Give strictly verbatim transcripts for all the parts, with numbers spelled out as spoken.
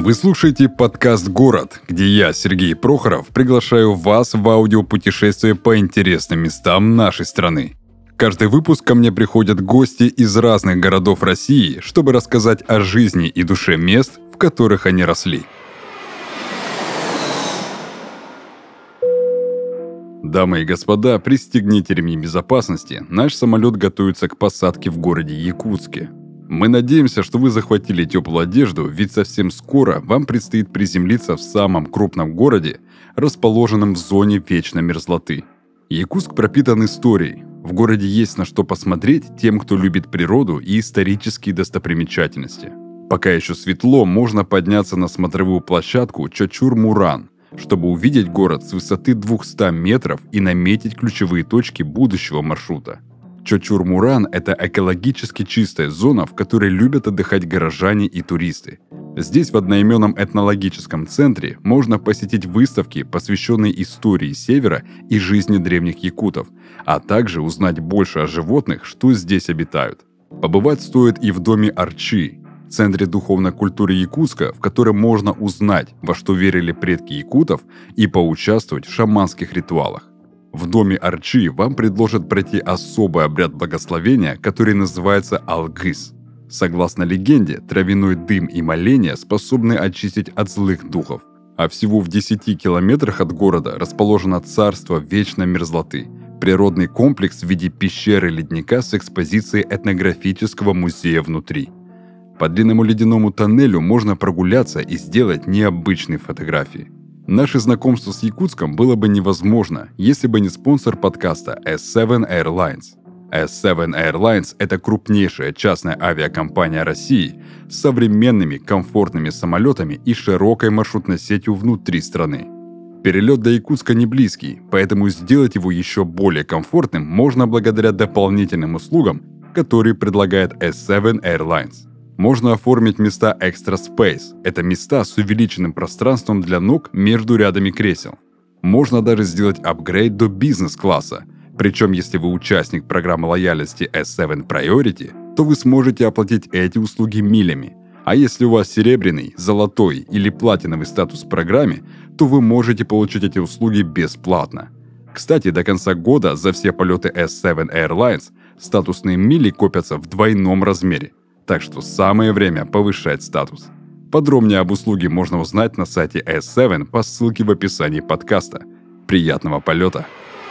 Вы слушаете подкаст «Город», где я, Сергей Прохоров, приглашаю вас в аудиопутешествие по интересным местам нашей страны. Каждый выпуск ко мне приходят гости из разных городов России, чтобы рассказать о жизни и душе мест, в которых они росли. Дамы и господа, пристегните ремни безопасности. Наш самолет готовится к посадке в городе Якутске. Мы надеемся, что вы захватили теплую одежду, ведь совсем скоро вам предстоит приземлиться в самом крупном городе, расположенном в зоне вечной мерзлоты. Якутск пропитан историей. В городе есть на что посмотреть тем, кто любит природу и исторические достопримечательности. Пока еще светло, можно подняться на смотровую площадку Чочур-Муран, чтобы увидеть город с высоты двухсот метров и наметить ключевые точки будущего маршрута. Чочур-Муран – это экологически чистая зона, в которой любят отдыхать горожане и туристы. Здесь, в одноименном этнологическом центре, можно посетить выставки, посвященные истории Севера и жизни древних якутов, а также узнать больше о животных, что здесь обитают. Побывать стоит и в доме Арчи, центре духовной культуры Якутска, в котором можно узнать, во что верили предки якутов, и поучаствовать в шаманских ритуалах. В доме Арчи вам предложат пройти особый обряд благословения, который называется Алгыс. Согласно легенде, травяной дым и моления способны очистить от злых духов. А всего в десяти километрах от города расположено царство вечной мерзлоты, природный комплекс в виде пещеры ледника с экспозицией этнографического музея внутри. По длинному ледяному тоннелю можно прогуляться и сделать необычные фотографии. Наше знакомство с Якутском было бы невозможно, если бы не спонсор подкаста эс семь Airlines. эс семь Airlines – это крупнейшая частная авиакомпания России с современными комфортными самолетами и широкой маршрутной сетью внутри страны. Перелет до Якутска не близкий, поэтому сделать его еще более комфортным можно благодаря дополнительным услугам, которые предлагает эс семь Airlines. Можно оформить места Extra Space – это места с увеличенным пространством для ног между рядами кресел. Можно даже сделать апгрейд до бизнес-класса, причем если вы участник программы лояльности эс семь Priority, то вы сможете оплатить эти услуги милями. А если у вас серебряный, золотой или платиновый статус в программе, то вы можете получить эти услуги бесплатно. Кстати, до конца года за все полеты эс семь Airlines статусные мили копятся в двойном размере. Так что самое время повышать статус. Подробнее об услуге можно узнать на сайте эс семь по ссылке в описании подкаста. Приятного полета!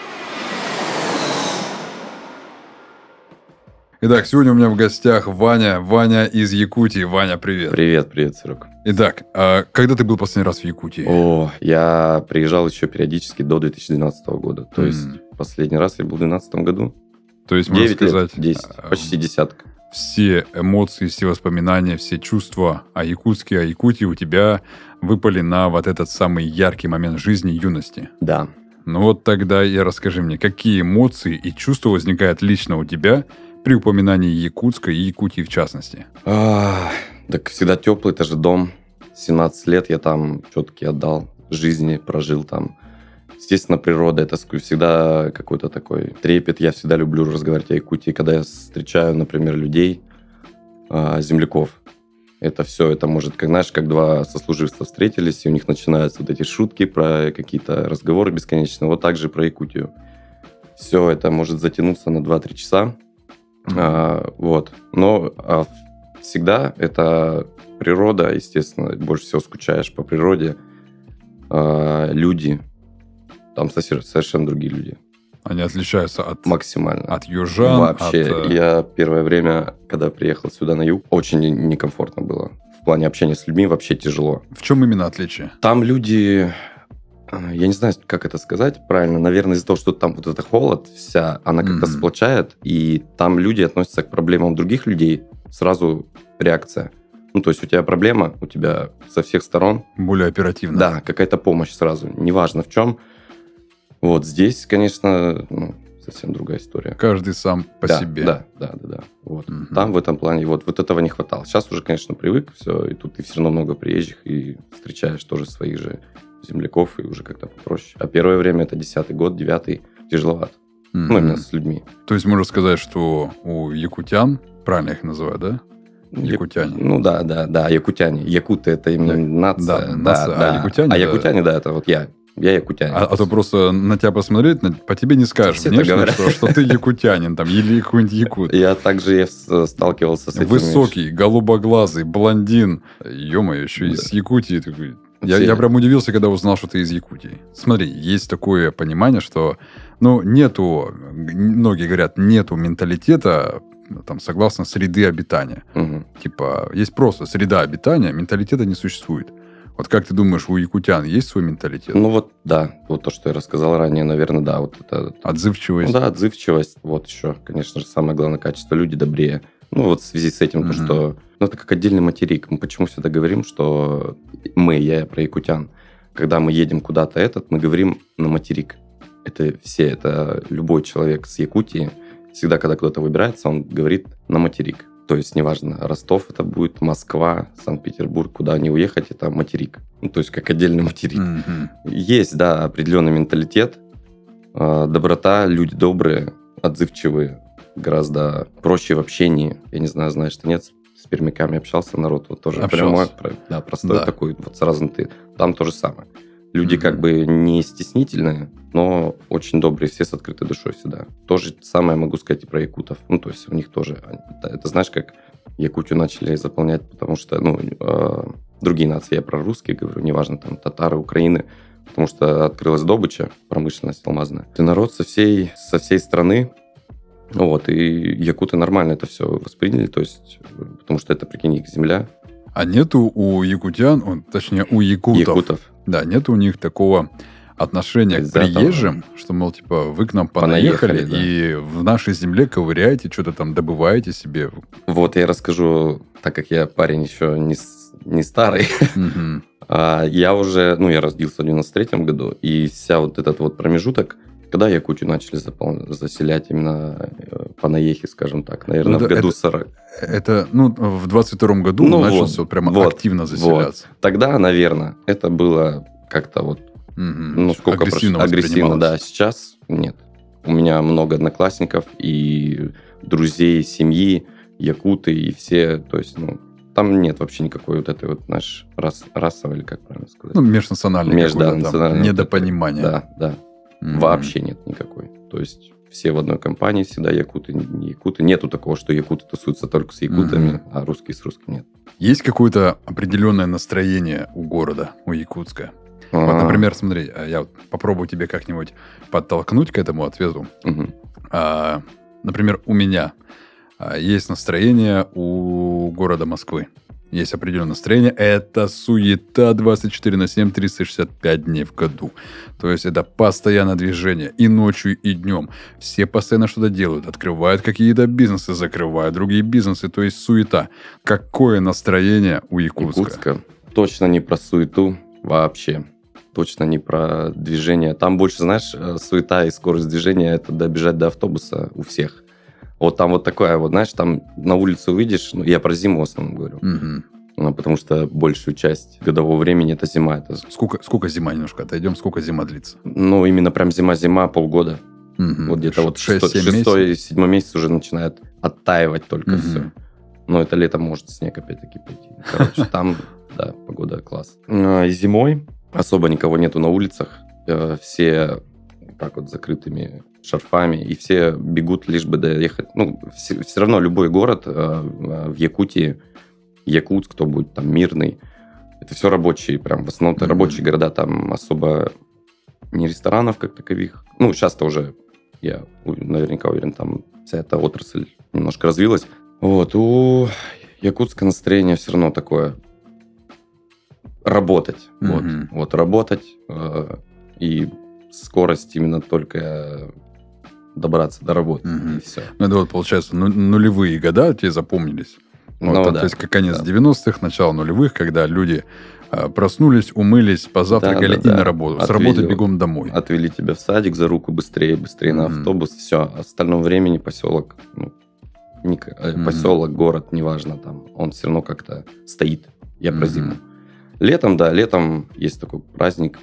Итак, сегодня у меня в гостях Ваня. Ваня из Якутии. Ваня, привет. Привет, привет, Серег. Итак, а когда ты был последний раз в Якутии? О, я приезжал еще периодически до две тысячи двенадцатого года. То mm. есть последний раз я был в две тысячи двенадцатом году. То есть, можно сказать... лет, десять, почти десятка. Все эмоции, все воспоминания, все чувства о Якутске, о Якутии у тебя выпали на вот этот самый яркий момент жизни юности. Да. Ну вот тогда и расскажи мне, какие эмоции и чувства возникают лично у тебя при упоминании Якутска и Якутии в частности? А, так всегда теплый, это же дом. семнадцать лет я там все-таки отдал жизни, прожил там. Естественно, природа, это всегда какой-то такой трепет. Я всегда люблю разговаривать о Якутии. Когда я встречаю, например, людей, земляков, это все, это может, как знаешь, как два сослуживца встретились, и у них начинаются вот эти шутки про какие-то разговоры бесконечные. Вот так же про Якутию. Все это может затянуться на два-три часа. Mm-hmm. А, вот. Но а всегда это природа, естественно, больше всего скучаешь по природе. А, люди. Там совершенно другие люди. Они отличаются от... Максимально. От южан? Вообще. От... Я первое время, когда приехал сюда на юг, очень некомфортно было. В плане общения с людьми вообще тяжело. В чем именно отличие? Там люди... Я не знаю, как это сказать правильно. Наверное, из-за того, что там вот это холод вся, она как-то mm-hmm. сплочает. И там люди относятся к проблемам других людей. Сразу реакция. Ну, то есть у тебя проблема, у тебя со всех сторон... Более оперативно. Да, какая-то помощь сразу. Неважно в чем. Вот здесь, конечно, ну, совсем другая история. Каждый сам по да, себе. Да, да, да, да. Вот. Угу. Там в этом плане вот, вот этого не хватало. Сейчас уже, конечно, привык, все, и тут и все равно много приезжих, и встречаешь тоже своих же земляков, и уже как-то попроще. А первое время, это десятый год, девятый, тяжеловато. Угу. Ну, именно с людьми. То есть можно сказать, что у якутян, правильно их называют, да? Якутяне. Ну да, да, да, якутяне. Якуты это именно нация. Да, нация, да. а якутяне, А да. якутяне, да, это вот я. Я якутянин. А, а то просто на тебя посмотреть, на- по тебе не скажешь Все внешне, так что, что ты якутянин там, или какой-нибудь якут. Я также я с- сталкивался с этим. Высокий, голубоглазый, блондин. Ё-моё, еще Да. из Якутии. Такой. Я, Все- я прям удивился, когда узнал, что ты из Якутии. Смотри, есть такое понимание, что, ну, нету, многие говорят, нету менталитета, там, согласно среды обитания. Мгм. Типа, есть просто среда обитания, менталитета не существует. Вот как ты думаешь, у якутян есть свой менталитет? Ну вот, да, вот то, что я рассказал ранее, наверное, да, вот это... Отзывчивость? Ну да, отзывчивость, вот еще, конечно же, самое главное качество, люди добрее. Ну вот в связи с этим, то, Мгм. что... Ну это как отдельный материк. Мы почему всегда говорим, что мы, я про якутян, когда мы едем куда-то этот, мы говорим на материк. Это все, это любой человек с Якутии, всегда, когда кто-то выбирается, он говорит на материк. То есть, неважно, Ростов это будет, Москва, Санкт-Петербург, куда не уехать, это материк. Ну, то есть, как отдельный материк. Мгм. Есть, да, определенный менталитет, э, доброта, люди добрые, отзывчивые, гораздо проще в общении. Я не знаю, знаешь ты, нет, с пермяками общался народ, вот тоже Общался. прямой, про- да, простой Да. такой, вот сразу ты, там то же самое. Люди Мгм. как бы не стеснительные, но очень добрые, все с открытой душой всегда. То же самое могу сказать и про якутов. Ну, то есть у них тоже... Это, это знаешь, как Якутию начали заполнять, потому что, ну, э, другие нации, я про русские говорю, неважно, там, татары, Украины, потому что открылась добыча, промышленность алмазная. И народ со всей, со всей страны, вот, и якуты нормально это все восприняли, то есть, потому что это, прикинь, их земля, А нету у якутян, о, точнее, у якутов, якутов. да, нету у них такого отношения к Из-за этого. приезжим, что, мол, типа, вы к нам понаехали, Понаехали, да. и в нашей земле ковыряете, что-то там добываете себе. Вот я расскажу, так как я парень еще не, с- не старый, Мгм. а, я уже, ну, я родился в девяносто третьем году, и вся вот этот вот промежуток, когда Якутию начали запол- заселять именно э, понаехи, скажем так, наверное, Ну, в это- году это- сорок. Это, ну, в двадцать втором году Ну, начался вот, вот прямо вот, активно заселяться. Тогда, наверное, это было как-то вот, Мгм. ну, сколько агрессивно прошло- агрессивно, да. воспринималось. Сейчас нет. У меня много одноклассников и друзей, семьи, якуты и все, то есть, ну, там нет вообще никакой вот этой вот наш рас, расовой, или как правильно сказать? Ну, межнациональное Меж- да, какое-то там национальное недопонимание. Да, да. Мгм. Вообще нет никакой. То есть все в одной компании, всегда якуты, не якуты. Нету такого, что якуты тусуются только с якутами, Мгм. а русские с русским нет. Есть какое-то определенное настроение у города, у Якутска? Вот, А, например, смотри, а я вот попробую тебе как-нибудь подтолкнуть к этому ответу. мгм. А, например, у меня а, есть настроение у города Москвы. Есть определенное настроение. Это суета двадцать четыре на семь, триста шестьдесят пять дней в году. То есть это постоянное движение и ночью, и днем. Все постоянно что-то делают. Открывают какие-то бизнесы, закрывают другие бизнесы. То есть суета. Какое настроение у Якутска? Якутска. Точно не про суету вообще. Точно не про движение. Там больше, знаешь, э, суета и скорость движения – это добежать до автобуса у всех. Вот там вот такое вот, знаешь, там на улицу выйдешь, ну, я про зиму в основном говорю, Мгм. ну, потому что большую часть годового времени это зима. Это, Сколько, сколько зима немножко отойдем, сколько зима длится? ну, именно прям зима-зима, полгода. Мгм. Вот где-то вот шесть шестой, семь шестой, месяцев? седьмой месяц уже начинает оттаивать только Мгм. все. Но это летом может снег опять-таки пойти. Короче, там, да, погода класс. А, и зимой особо никого нету на улицах. Э, Все так вот закрытыми шарфами, и все бегут, лишь бы доехать. Ну, все, все равно любой город э, в Якутии, Якутск, кто будет там Мирный, это все рабочие, прям в основном это Мгм. рабочие города, там особо не ресторанов как таковых. Ну, сейчас-то уже, я у- наверняка уверен, там вся эта отрасль немножко развилась. Вот, у Якутска настроение все равно такое работать. Вот, Мгм. вот работать э, и скорость именно только добраться до работы. Мгм. И все. Ну, это вот, получается, ну- нулевые года тебе запомнились. Вот, Ну то, да. то есть, как конец да. девяностых, начало нулевых, когда люди а, проснулись, умылись, позавтракали Да, да, и да. на работу. С Отвели работы его. бегом домой. Отвели тебя в садик за руку быстрее, быстрее на Мгм. автобус. Все. В остальном времени поселок, ну, ник- э, Мгм. поселок, город, неважно, там, он все равно как-то стоит. Я про Мгм. зиму. Летом, да, летом есть такой праздник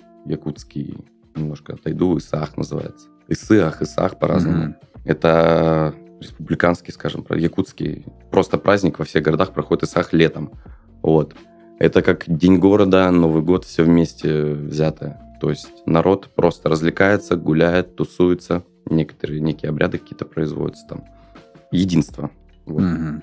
якутский, немножко отойду, Исаах называется. Исыах, Исаах по-разному. Мгм. Это республиканский, скажем, якутский, просто праздник во всех городах проходит Исах летом. Вот. Это как День города, Новый год, все вместе взятое. То есть народ просто развлекается, гуляет, тусуется, некоторые некие обряды какие-то производятся там. Единство. Вот. Угу.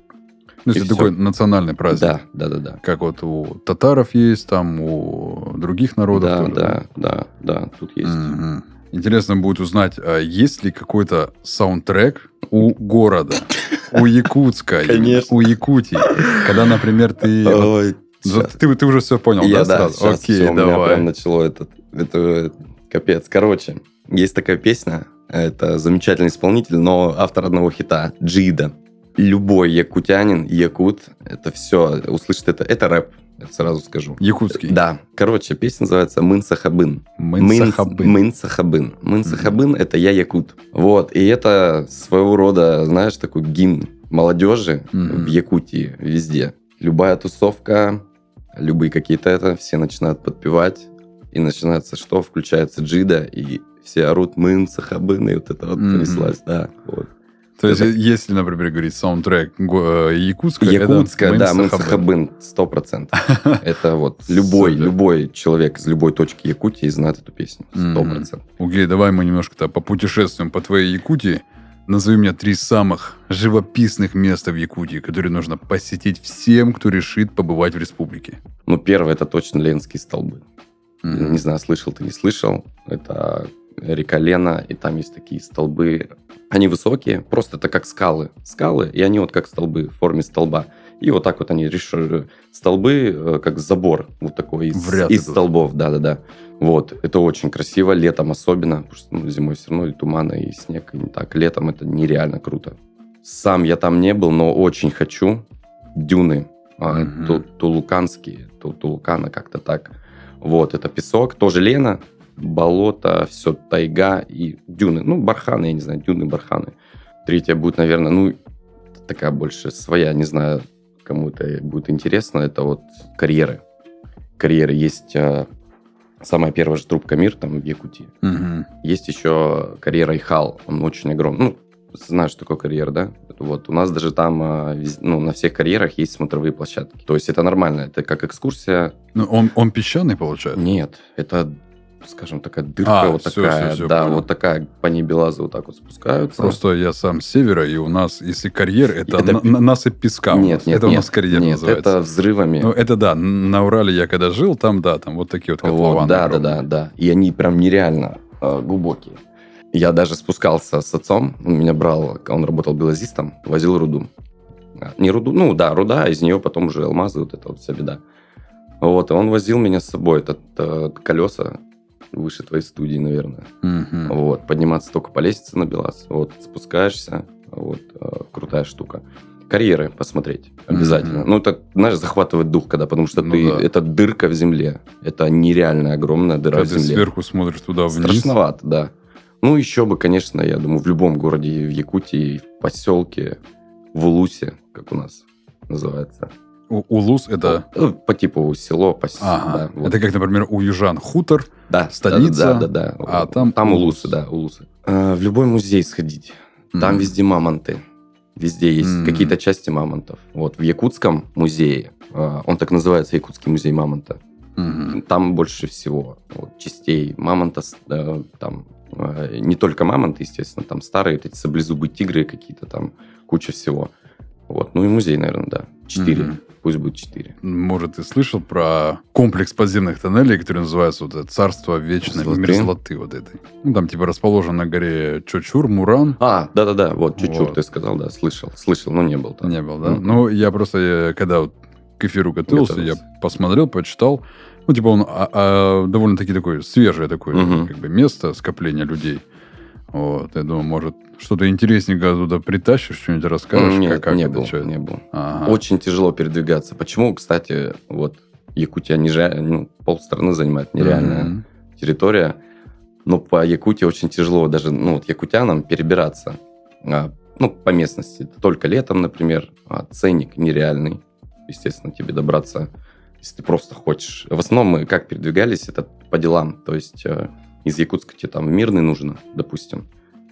Ну, И это всё. такой национальный праздник. Да, да, да, да. Как вот у татаров есть, там у других народов Да, тоже. да, да, да, тут есть. Мгм. Интересно будет узнать, а есть ли какой-то саундтрек у города, у Якутска, именно, Конечно. у Якутии, когда, например, ты... вот- Ой, ну, щас. ты, ты уже все понял, Я, да, да, сразу? сейчас Окей, всё, у меня давай. прям начало этот, это капец. Короче, есть такая песня, это замечательный исполнитель, но автор одного хита, Джида. Любой якутянин, якут, это все, услышит это, это рэп, это сразу скажу. Якутский. Да. Короче, песня называется «Мын Сахабын». Мын Сахабын. Мын Сахабын. Мын Сахабын – это я якут. Вот, и это своего рода, знаешь, такой гимн молодежи Мгм. в Якутии везде. Любая тусовка, любые какие-то это, все начинают подпевать, и начинается что? Включается джида, и все орут «Мын Сахабын», и вот это вот Мгм. понеслась, да. Вот. То есть, Это- если, например, говорить саундтрек го- э, Якутска, Якутская, это да, Мын Сахабын. Сахабын, сто процентов. Это вот любой, Супер. любой человек из любой точки Якутии знает эту песню, сто процентов. Окей, давай мы немножко-то попутешествуем по твоей Якутии. Назови мне три самых живописных места в Якутии, которые нужно посетить всем, кто решит побывать в республике. Ну, первое, это точно Ленские столбы. Мгм. Не знаю, слышал ты, не слышал. Это река Лена, и там есть такие столбы. Они высокие, просто это как скалы. Скалы, и они вот как столбы в форме столба. И вот так вот они решили. Столбы, э, как забор, вот такой из, В ряд из идут. столбов, да-да-да. Вот, это очень красиво, летом особенно, потому что ну, зимой все равно и туманы, и снег, и не так. Летом это нереально круто. Сам я там не был, но очень хочу. Дюны, а, Мгм. ту- тулуканские, ту- Тулукана, как-то так. Вот, это песок, тоже Лена, болото, все тайга и дюны. Ну, барханы, я не знаю, дюны, барханы. Третья будет, наверное, ну, такая больше своя, не знаю, кому это будет интересно, это вот карьеры. Карьеры есть а, самая первая же трубка «Мир» там в Якутии. Мгм. Есть еще карьера Айхал, он очень огромный. Ну, знаешь, что такое карьер, да? Вот, у нас даже там, а, вез- ну, на всех карьерах есть смотровые площадки. То есть это нормально, это как экскурсия. Ну, он, он песчаный, получается? Нет, это, скажем, такая дырка А, вот всё, такая. всё, всё, да, понял. вот такая по ней белазы вот так вот спускаются. Просто я сам с севера, и у нас, если карьер, это, Это на- пи- на- насыпь песка. у Нет, нас. нет, это у нет, нас карьер нет, называется. это взрывами. Ну, это да, на Урале я когда жил, там, да, там вот такие вот Вот, котлованы да, да, огромные. да, да. И они прям нереально э, глубокие. Я даже спускался с отцом, он меня брал, он работал белазистом, возил руду. А, Не руду, ну да, руда, а из нее потом уже алмазы, вот это вот вся беда. Вот, и он возил меня с собой, это, это колеса выше твоей студии, наверное. Мгм. Вот, подниматься только по лестнице на Белаз, вот, спускаешься, вот, э, крутая штука. Карьеры посмотреть обязательно. Мгм. Ну, это, знаешь, захватывает дух, когда, потому что Ну ты, да. это дырка в земле, это нереально огромная дыра Когда в ты земле. сверху смотришь туда вниз. Страшновато, да. Ну, еще бы, конечно, я думаю, в любом городе, и в Якутии, и в поселке, в Улусе, как у нас называется. У- Улус это... Ну, по типу село, по с- Ага. да, вот. Это как, например, у южан хутор. Да, столица, да, да, да, да. а там там Улус. Улусы, да, Улусы. А, в любой музей сходить. Там Мгм. везде мамонты. Везде есть Мгм. какие-то части мамонтов. Вот в Якутском музее, а, он так называется, Якутский музей мамонта, Мгм. там больше всего вот, частей мамонта, с- э, там э, не только мамонты, естественно, там старые вот эти саблезубые тигры какие-то, там куча всего. Вот, ну и музей, наверное, да. Четыре. Мгм. Пусть будет четыре. Может, ты слышал про комплекс подземных тоннелей, который называется вот это «Царство вечной Золоты? мерзлоты» вот этой. Ну, там типа расположен на горе Чочур, Муран. А, да-да-да, вот, чуть-чуть Вот. ты сказал, да, слышал. Слышал, но не был там. Не был, да? Мгм. Ну, я просто, э, когда вот к эфиру готовился, Готовился. я посмотрел, почитал. Ну, типа он а, а, довольно-таки такое свежее такое Мгм. как бы место скопления людей. Вот, я думаю, может, что-то интересненькое туда притащишь, что-нибудь расскажешь, Нет, как, как не это, был, чё это? не был. Ага. Очень тяжело передвигаться. Почему, кстати, вот Якутия неже... ну, полстраны занимает нереальная Мгм. территория, но по Якутии очень тяжело даже, ну, вот якутянам перебираться, а, ну, по местности. Только летом, например, а ценник нереальный. Естественно, тебе добраться, если ты просто хочешь. В основном мы как передвигались, это по делам. То есть э, из Якутска тебе там в Мирный нужно, допустим.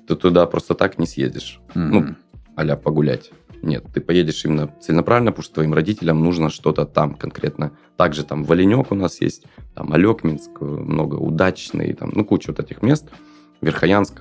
Ты туда просто так не съедешь. Угу. Ну, а-ля погулять. Нет, ты поедешь именно целенаправленно, потому что твоим родителям нужно что-то там конкретно. Также там Валенек у нас есть, там Алекминск, много Удачный, там, ну, куча вот этих мест. Верхоянск.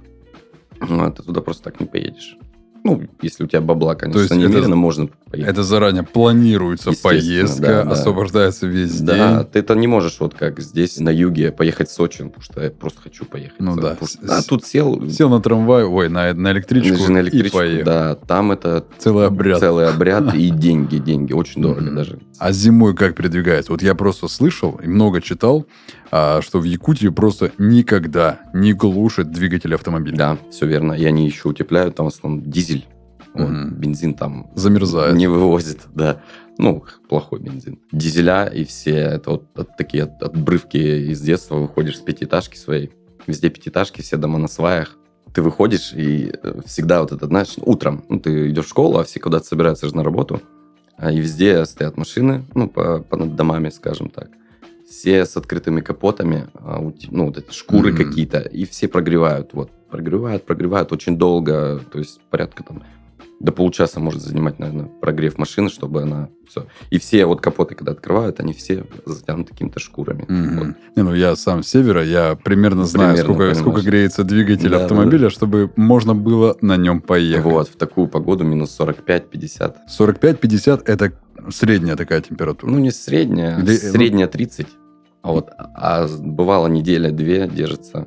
Ну, ты туда просто так не поедешь. Ну, если у тебя бабла, конечно, немерено, это, можно поехать. Это заранее планируется поездка, да, да. освобождается весь да, день. Да, ты это не можешь вот как здесь на юге поехать в Сочи, потому что я просто хочу поехать. Ну да. Что, а тут сел... Сел на трамвай, ой, на, на электричку, на электричку и поехал. Да, там это... Целый обряд. Целый обряд и деньги, деньги. Очень дорого даже. А зимой как передвигается? Вот я просто слышал и много читал, что в Якутии просто никогда не глушит двигатель автомобиля. Да, все верно. И они еще утепляют, там в основном дизель. Вот, mm-hmm. Бензин там замерзает. Не вывозит, да. Ну, плохой бензин. Дизеля и все, это вот от, такие от, отбрывки из детства. Выходишь с пятиэтажки своей, везде пятиэтажки, все дома на сваях. Ты выходишь, и всегда вот это, знаешь, утром, ну, ты идешь в школу, а все куда-то собираются же на работу, и везде стоят машины, ну, по, по над домами, скажем так. Все с открытыми капотами, ну, вот эти шкуры mm-hmm. какие-то, и все прогревают, вот. Прогревают, прогревают очень долго, то есть порядка там до получаса может занимать, наверное, прогрев машины, чтобы она все. И все вот капоты, когда открывают, они все затянуты какими-то шкурами. Mm-hmm. Вот. Не, ну я сам с севера, я примерно знаю, примерно, сколько, сколько греется двигатель да, автомобиля, да. чтобы можно было на нем поехать. Вот, в такую погоду минус сорок пять - пятьдесят. сорок пять - пятьдесят это средняя такая температура? Ну, не средняя, Или, средняя тридцать. А вот а бывало неделя-две держится.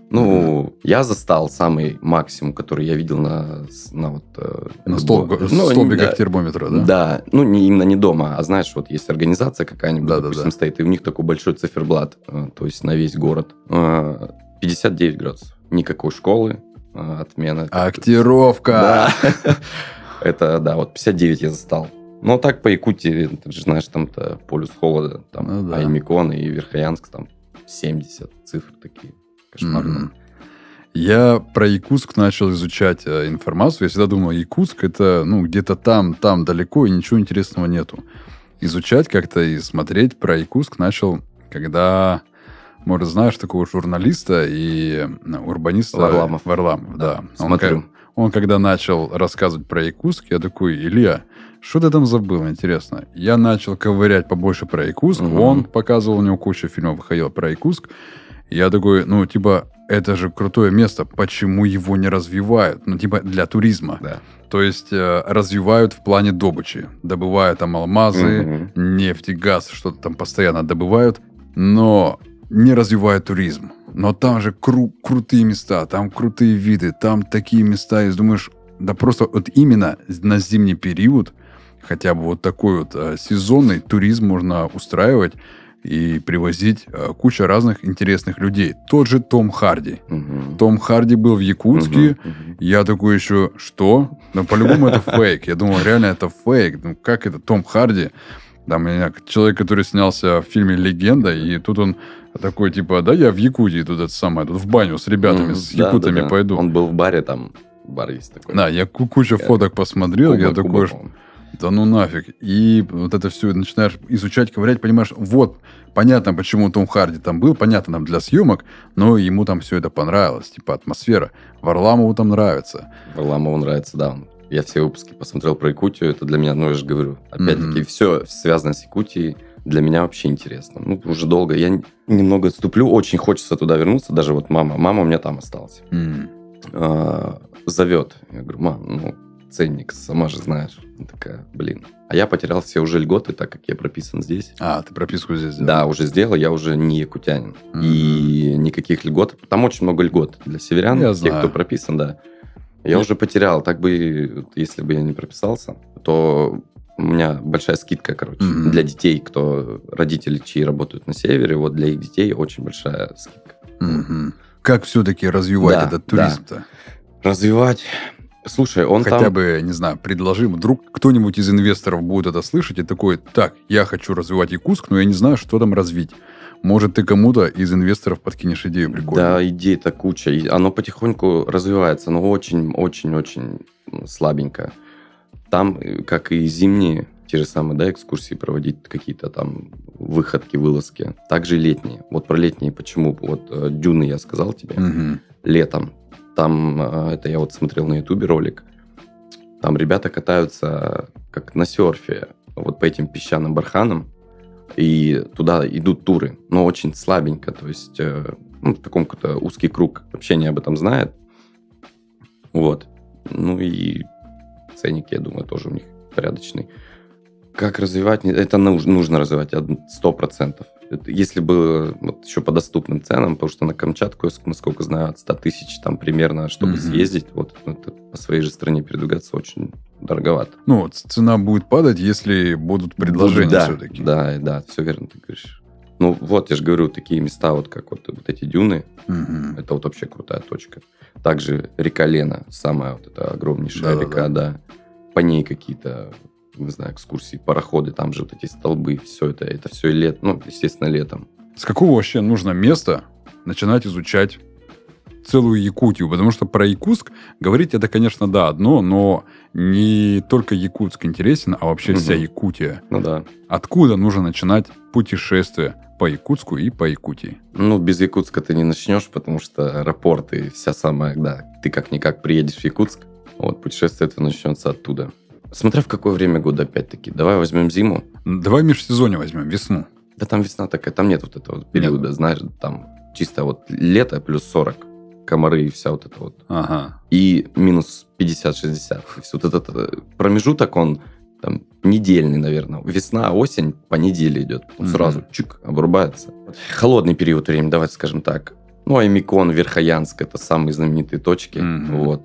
Ну, mm-hmm. я застал самый максимум, который я видел на, на вот... На столб, ну, столбиках да, термометра, да? Да. Ну, не, именно не дома, а знаешь, вот есть организация какая-нибудь, да, допустим, да, да. стоит, и у них такой большой циферблат, то есть на весь город. пятьдесят девять градусов. Никакой школы, отмена. Актировка! Да. Это, да, вот пятьдесят девять я застал. Но так по Якутии, ты же знаешь, там-то полюс холода, там ну, да. Аймикон и Верхоянск, там семьдесят цифр такие. Кошмарно. Mm-hmm. Я про Якутск начал изучать э, информацию. Я всегда думал, Якутск это ну где-то там, там далеко, и ничего интересного нету. Изучать как-то и смотреть про Якутск начал, когда, может, знаешь, такого журналиста и урбаниста Варламов. Варламов, да. да. Смотрю. Он, он когда начал рассказывать про Якутск, я такой, Илья, что ты там забыл, интересно? Я начал ковырять побольше про Якутск. Mm-hmm. Он показывал, у него куча фильмов выходила про Якутск. Я такой, ну, типа, это же крутое место, почему его не развивают? Ну, типа, для туризма. Да. То есть, э, развивают в плане добычи. Добывают там алмазы, mm-hmm. нефть и газ, что-то там постоянно добывают, но не развивают туризм. Но там же кру- крутые места, там крутые виды, там такие места, и думаешь, да просто вот именно на зимний период хотя бы вот такой вот э, сезонный туризм можно устраивать, и привозить э, кучу разных интересных людей. Тот же Том Харди. Uh-huh. Том Харди был в Якутске. Uh-huh. Uh-huh. Я такой еще, что? Ну, по-любому это фейк. Я думал, реально это фейк. Ну, как это Том Харди? Там, человек, который снялся в фильме «Легенда», и тут он такой, типа, да, я в Якутии тут это самое, тут в баню с ребятами, uh-huh. с якутами да, да, пойду. Он был в баре, там бар есть такой. Да, я кучу я... фоток посмотрел, Куба, я такой... Куба, да ну нафиг. И вот это все начинаешь изучать, ковырять, понимаешь, вот, понятно, почему Том Харди там был, понятно нам для съемок, но ему там все это понравилось, типа атмосфера. Варламову там нравится. Варламову нравится, да. Я все выпуски посмотрел про Якутию, это для меня, ну, я же говорю, опять-таки, mm-hmm. все связано с Якутией для меня вообще интересно. Ну, уже долго. Я немного отступлю, очень хочется туда вернуться, даже вот мама, мама у меня там осталась. Mm-hmm. А, зовет. Я говорю, мам, ну, ценник, сама же знаешь. Она такая, блин. А я потерял все уже льготы, так как я прописан здесь. А, ты прописку здесь сделал? Да, уже сделал, я уже не якутянин. Mm-hmm. И никаких льгот. Там очень много льгот для северян, я тех, знаю. кто прописан, да. Я Нет. уже потерял. Так бы, если бы я не прописался, то у меня большая скидка, короче, mm-hmm. для детей, кто родители, чьи работают на севере, вот для их детей очень большая скидка. Mm-hmm. Как все-таки развивать да, этот туризм-то? Да. Развивать... Слушай, он Хотя там... бы, не знаю, предложи, вдруг кто-нибудь из инвесторов будет это слышать и такой, так, я хочу развивать Якутск, но я не знаю, что там развить. Может, ты кому-то из инвесторов подкинешь идею прикольную? Да, идей-то куча. И оно потихоньку развивается, но очень-очень-очень слабенько. Там, как и зимние, те же самые, да, экскурсии проводить, какие-то там выходки, вылазки. Также и летние. Вот про летние почему? Вот дюны я сказал тебе. Угу. Летом Там, это я вот смотрел на ютубе ролик, там ребята катаются как на серфе, вот по этим песчаным барханам, и туда идут туры, но очень слабенько, то есть ну, в таком какой-то узкий круг общения об этом знает. Вот. Ну и ценники, я думаю, тоже у них порядочный. Как развивать? Это нужно развивать сто процентов. Если бы вот еще по доступным ценам, потому что на Камчатку, насколько знаю, от ста тысяч там примерно, чтобы mm-hmm. съездить, вот это по своей же стране передвигаться очень дороговато. Ну, вот цена будет падать, если будут предложения да, все-таки. Да, да, все верно ты говоришь. Ну, вот, я же говорю, такие места, вот как вот, вот эти дюны, mm-hmm. это вот вообще крутая точка. Также река Лена, самая вот эта огромнейшая да, река, да. да. По ней какие-то... не знаю, экскурсии, пароходы, там же вот эти столбы, все это, это все и лет, ну, естественно, летом. С какого вообще нужно места начинать изучать целую Якутию? Потому что про Якутск говорить это, конечно, да, одно, но не только Якутск интересен, а вообще угу. вся Якутия. Ну да. Откуда нужно начинать путешествие по Якутску и по Якутии? Ну, без Якутска ты не начнешь, потому что аэропорт и вся самая, да, ты как-никак приедешь в Якутск, вот, путешествие это начнется оттуда. Смотря в какое время года, опять-таки. Давай возьмем зиму. Давай межсезонье возьмем, весну. Да там весна такая, там нет вот этого вот периода, нет. Знаешь, там чисто вот лето плюс сорок, комары и вся вот это вот. Ага. И минус пятьдесят-шестьдесят. Вот этот промежуток, он там недельный, наверное. Весна, осень по неделе идет. Он угу. сразу чик, обрубается. Холодный период времени, давайте скажем так. Ну, Аймикон, Верхоянск, это самые знаменитые точки. Угу. Вот.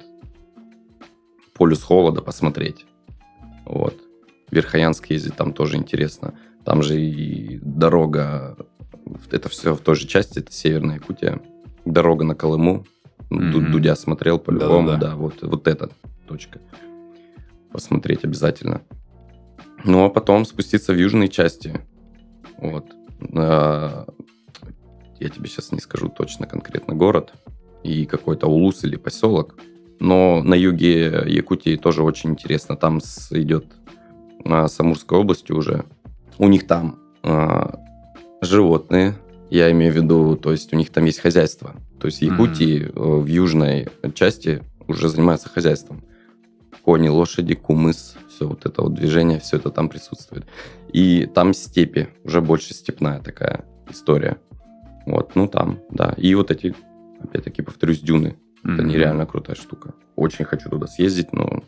Полюс холода посмотреть. Вот. Верхоянск ездить, там тоже интересно. Там же и дорога, это все в той же части, это Северная Якутия. Дорога на Колыму. Mm-hmm. Дудя смотрел по-любому, да, вот, вот эта точка. Посмотреть обязательно. Ну, а потом спуститься в южной части. Вот. Я тебе сейчас не скажу точно конкретно город и какой-то улус или поселок. Но на юге Якутии тоже очень интересно. Там идет а, с Амурской областью уже. У них там а, животные, я имею в виду, то есть у них там есть хозяйство. То есть в Якутии mm-hmm. в южной части уже занимаются хозяйством. Кони, лошади, кумыс, все вот это вот движение, все это там присутствует. И там степи, уже больше степная такая история. Вот, ну там, да. И вот эти, опять-таки, повторюсь, дюны. Это mm-hmm. нереально крутая штука. Очень хочу туда съездить, но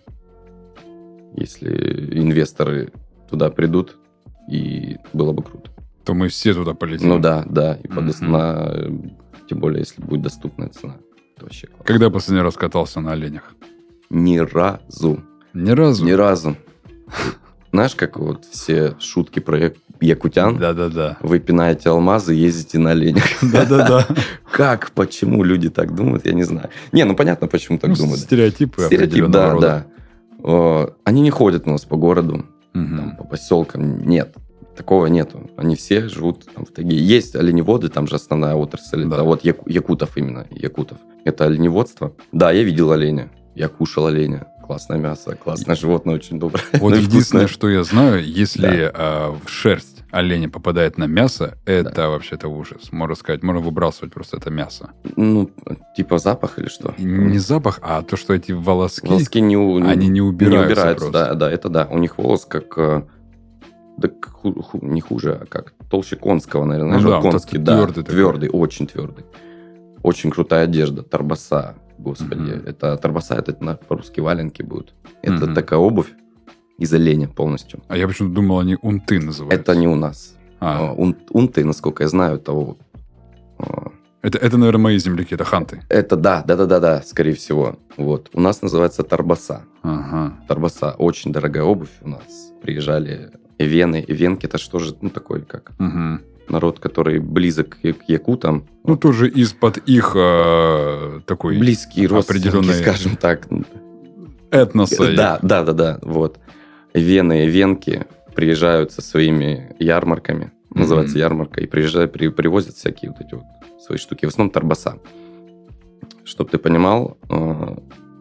если инвесторы туда придут, и было бы круто. То мы все туда полетим. Ну да, да. И mm-hmm. на, тем более, если будет доступная цена. Это вообще классно. Когда последний раз катался на оленях? Ни разу. Ни разу? Ни разу. Знаешь, как вот все шутки про якутян? Да-да-да. Вы пинаете алмазы, ездите на оленях. Да-да-да. Как, почему люди так думают, я не знаю. Не, ну понятно, почему так ну, думают. Стереотипы Стереотип, да, рода. да. Они не ходят у нас по городу, угу. там, по поселкам. Нет, такого нету. Они все живут там в тайге. Есть оленеводы, там же основная отрасль. Да. Это вот яку- якутов именно, якутов. Это оленеводство. Да, я видел оленя. Я кушал оленя. Классное мясо, классное животное, очень доброе. Вот единственное, что я знаю, если да. э, в шерсть оленя попадает на мясо, это да. вообще-то ужас. Можно сказать, можно выбрасывать просто это мясо. Ну, типа запах или что? Не запах, а то, что эти волоски, волоски не, у... они не убираются, не убираются просто. Да, да, это да. У них волос как... Да, ху, ху, не хуже, а как толще конского, наверное. Ну да, конский, вот да, твердый, твердый, очень твердый. Очень крутая одежда, торбаса. Господи, mm-hmm. это торбаса, это по-русски валенки будут. Это mm-hmm. такая обувь из оленя полностью. А я почему-то думал, они унты называются. Это не у нас. А. Ун, унты, насколько я знаю, того... Это, это, наверное, мои земляки, это ханты. Это да, да-да-да, скорее всего. Вот. У нас называется торбаса. Ага. Торбаса, очень дорогая обувь у нас. Приезжали эвены, эвенки, это что же, ну, такой, как... Угу. Народ, который близок к якутам. Ну, тоже из-под их э, такой... Близкий родственники, скажем так. Этноса. Да, да, да, да. Вот. Вены и венки приезжают со своими ярмарками. Mm-hmm. Называется ярмарка. И приезжают, при, привозят всякие вот эти вот свои штуки. В основном торбаса. Чтоб ты понимал, э,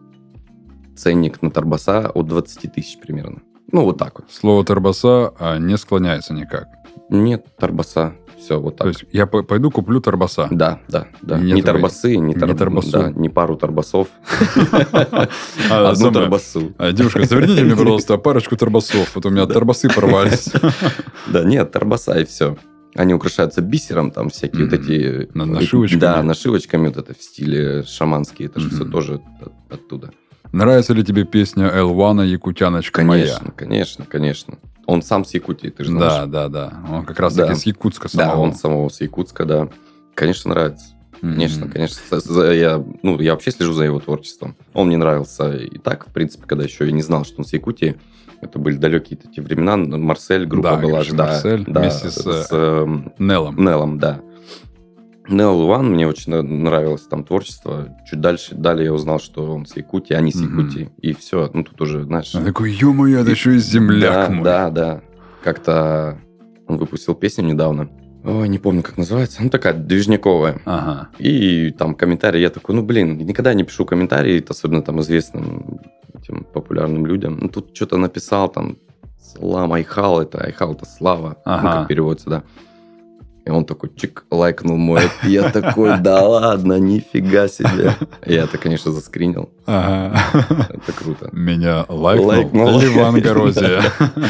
ценник на торбаса от двадцать тысяч примерно. Ну, вот так вот. Слово торбаса а не склоняется никак. Нет, торбаса. все вот так. То есть я по- пойду куплю торбаса? Да, да, да. Нет не такой- торбасы, не, тор... не торбасу. да, не пару торбасов, А, одну самое- торбасу. А, девушка, заверните мне, пожалуйста, парочку торбасов. Вот у меня Да. торбасы порвались. Да, нет, торбаса и все. Они украшаются бисером, там всякие Мгм. вот эти... На- нашивочками. Да, нашивочками вот это в стиле шаманские. Это же все Мгм. тоже от- оттуда. Нравится ли тебе песня Элвана «Якутяночка Конечно, моя»? конечно, конечно. Он сам с Якутии, ты же знаешь. Да, да, да. Он как раз Да. таки с Якутска Да, самого. он самого с Якутска, да. Конечно, нравится. Мгм. Конечно, конечно. За- за- Я, ну, я вообще слежу за его творчеством. Он мне нравился и так, в принципе, когда еще я не знал, что он с Якутии. Это были далекие такие времена. Марсель группа Да, была. конечно, да, Марсель да, вместе с, с эм, Неллом. Неллом, да. Нелл Иван, мне очень на- нравилось там творчество. Чуть дальше, далее я узнал, что он с Якутии, они с Мгм. Якутии. И все, ну тут уже, знаешь... Он такой, ё-моё, это еще и земляк да, мой. Да, да. Как-то он выпустил песню недавно. Ой, не помню, как называется. Ну, такая движняковая. Ага. И там комментарии, я такой, ну, блин, никогда не пишу комментарии, особенно там известным этим популярным людям. Ну, тут что-то написал, там, Салам Айхал, это Айхал, это Слава, ну, Ага. как переводится, да. И он такой, чик, лайкнул мой. Я такой, да ладно, нифига себе. Я это, конечно, заскринил. Ага. Это круто. Меня лайкнул, Лайкнул. Ливан Горозия.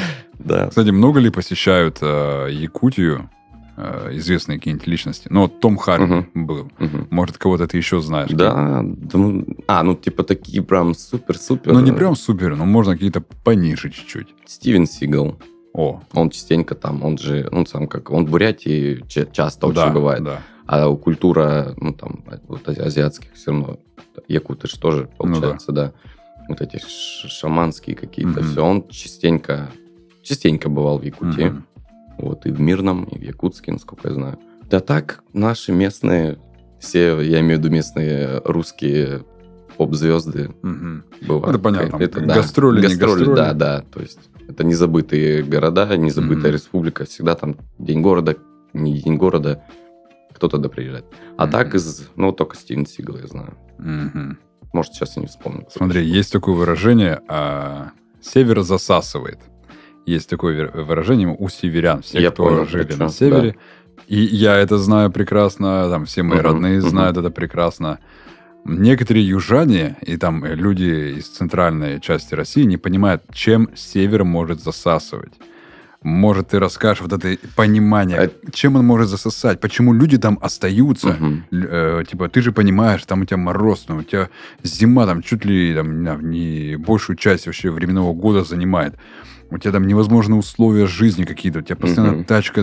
Да. Кстати, много ли посещают э, Якутию э, известные какие-нибудь личности? Ну, вот Том Харди Мгм. был. Мгм. Может, кого-то ты еще знаешь? Да, да, ну, а, ну, типа, такие прям супер-супер. Ну, не прям супер, но можно какие-то пониже чуть-чуть. Стивен Сигал. О, Он частенько там, он же, он сам как, он в Бурятии ча- часто очень да, бывает. да. А культура, ну, там, вот ази- азиатских все равно, якуты же тоже, Ну получается, да. Вот эти ш- шаманские какие-то, Мгм. все. Он частенько, частенько бывал в Якутии. Мгм. Вот, и в Мирном, и в Якутске, насколько я знаю. Да так, наши местные, все, я имею в виду местные русские поп-звезды Мгм. бывают. Это понятно. Это, Гастроли, не гастроли. да, да. То есть это незабытые города, незабытая Мгм. республика. Всегда там день города, не день города, кто-то да приезжает. А Мгм. так из, ну, только Стивен Сигал я знаю. Мгм. Может, сейчас я не вспомню. Смотри, есть такое выражение, а, север засасывает. Есть такое вер- выражение у северян, все, Я кто понял, жили про на чё, севере. И я это знаю прекрасно, там все мои Мгм, родные мгм. знают это прекрасно. Некоторые южане и там люди из центральной части России не понимают, чем север может засасывать. Может, ты расскажешь вот это понимание, А- чем он может засосать, почему люди там остаются. Мгм. Л- э, типа, ты же понимаешь, там у тебя мороз, ну, у тебя зима там чуть ли там, не, знаю, не большую часть вообще временного года занимает. У тебя там невозможные условия жизни какие-то, у тебя постоянно Мгм. тачка э,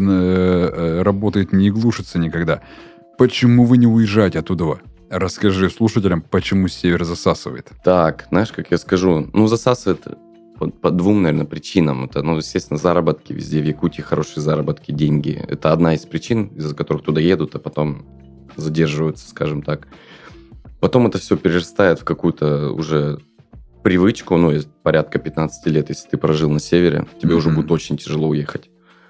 э, работает, не глушится никогда. Почему вы не уезжаете оттуда? Расскажи слушателям, почему север засасывает. Так, знаешь, как я скажу, ну, засасывает по, по двум, наверное, причинам. Это, ну, естественно, заработки везде, в Якутии хорошие заработки, деньги. Это одна из причин, из-за которых туда едут, а потом задерживаются, скажем так. Потом это все перерастает в какую-то уже привычку, ну, из порядка пятнадцать лет, если ты прожил на севере, тебе уже Мгм. будет очень тяжело уехать.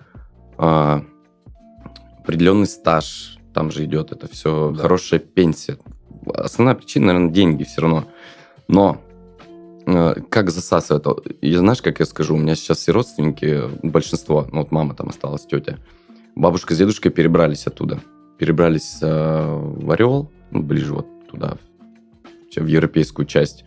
А, определенный стаж там же идет, это все Да. хорошая пенсия. Основная причина, наверное, деньги все равно. Но э, как засасывает? Я, знаешь, как я скажу, у меня сейчас все родственники, большинство, ну вот мама там осталась, тетя, бабушка с дедушкой перебрались оттуда. Перебрались э, в Орел, ну, ближе вот туда, в, в европейскую часть.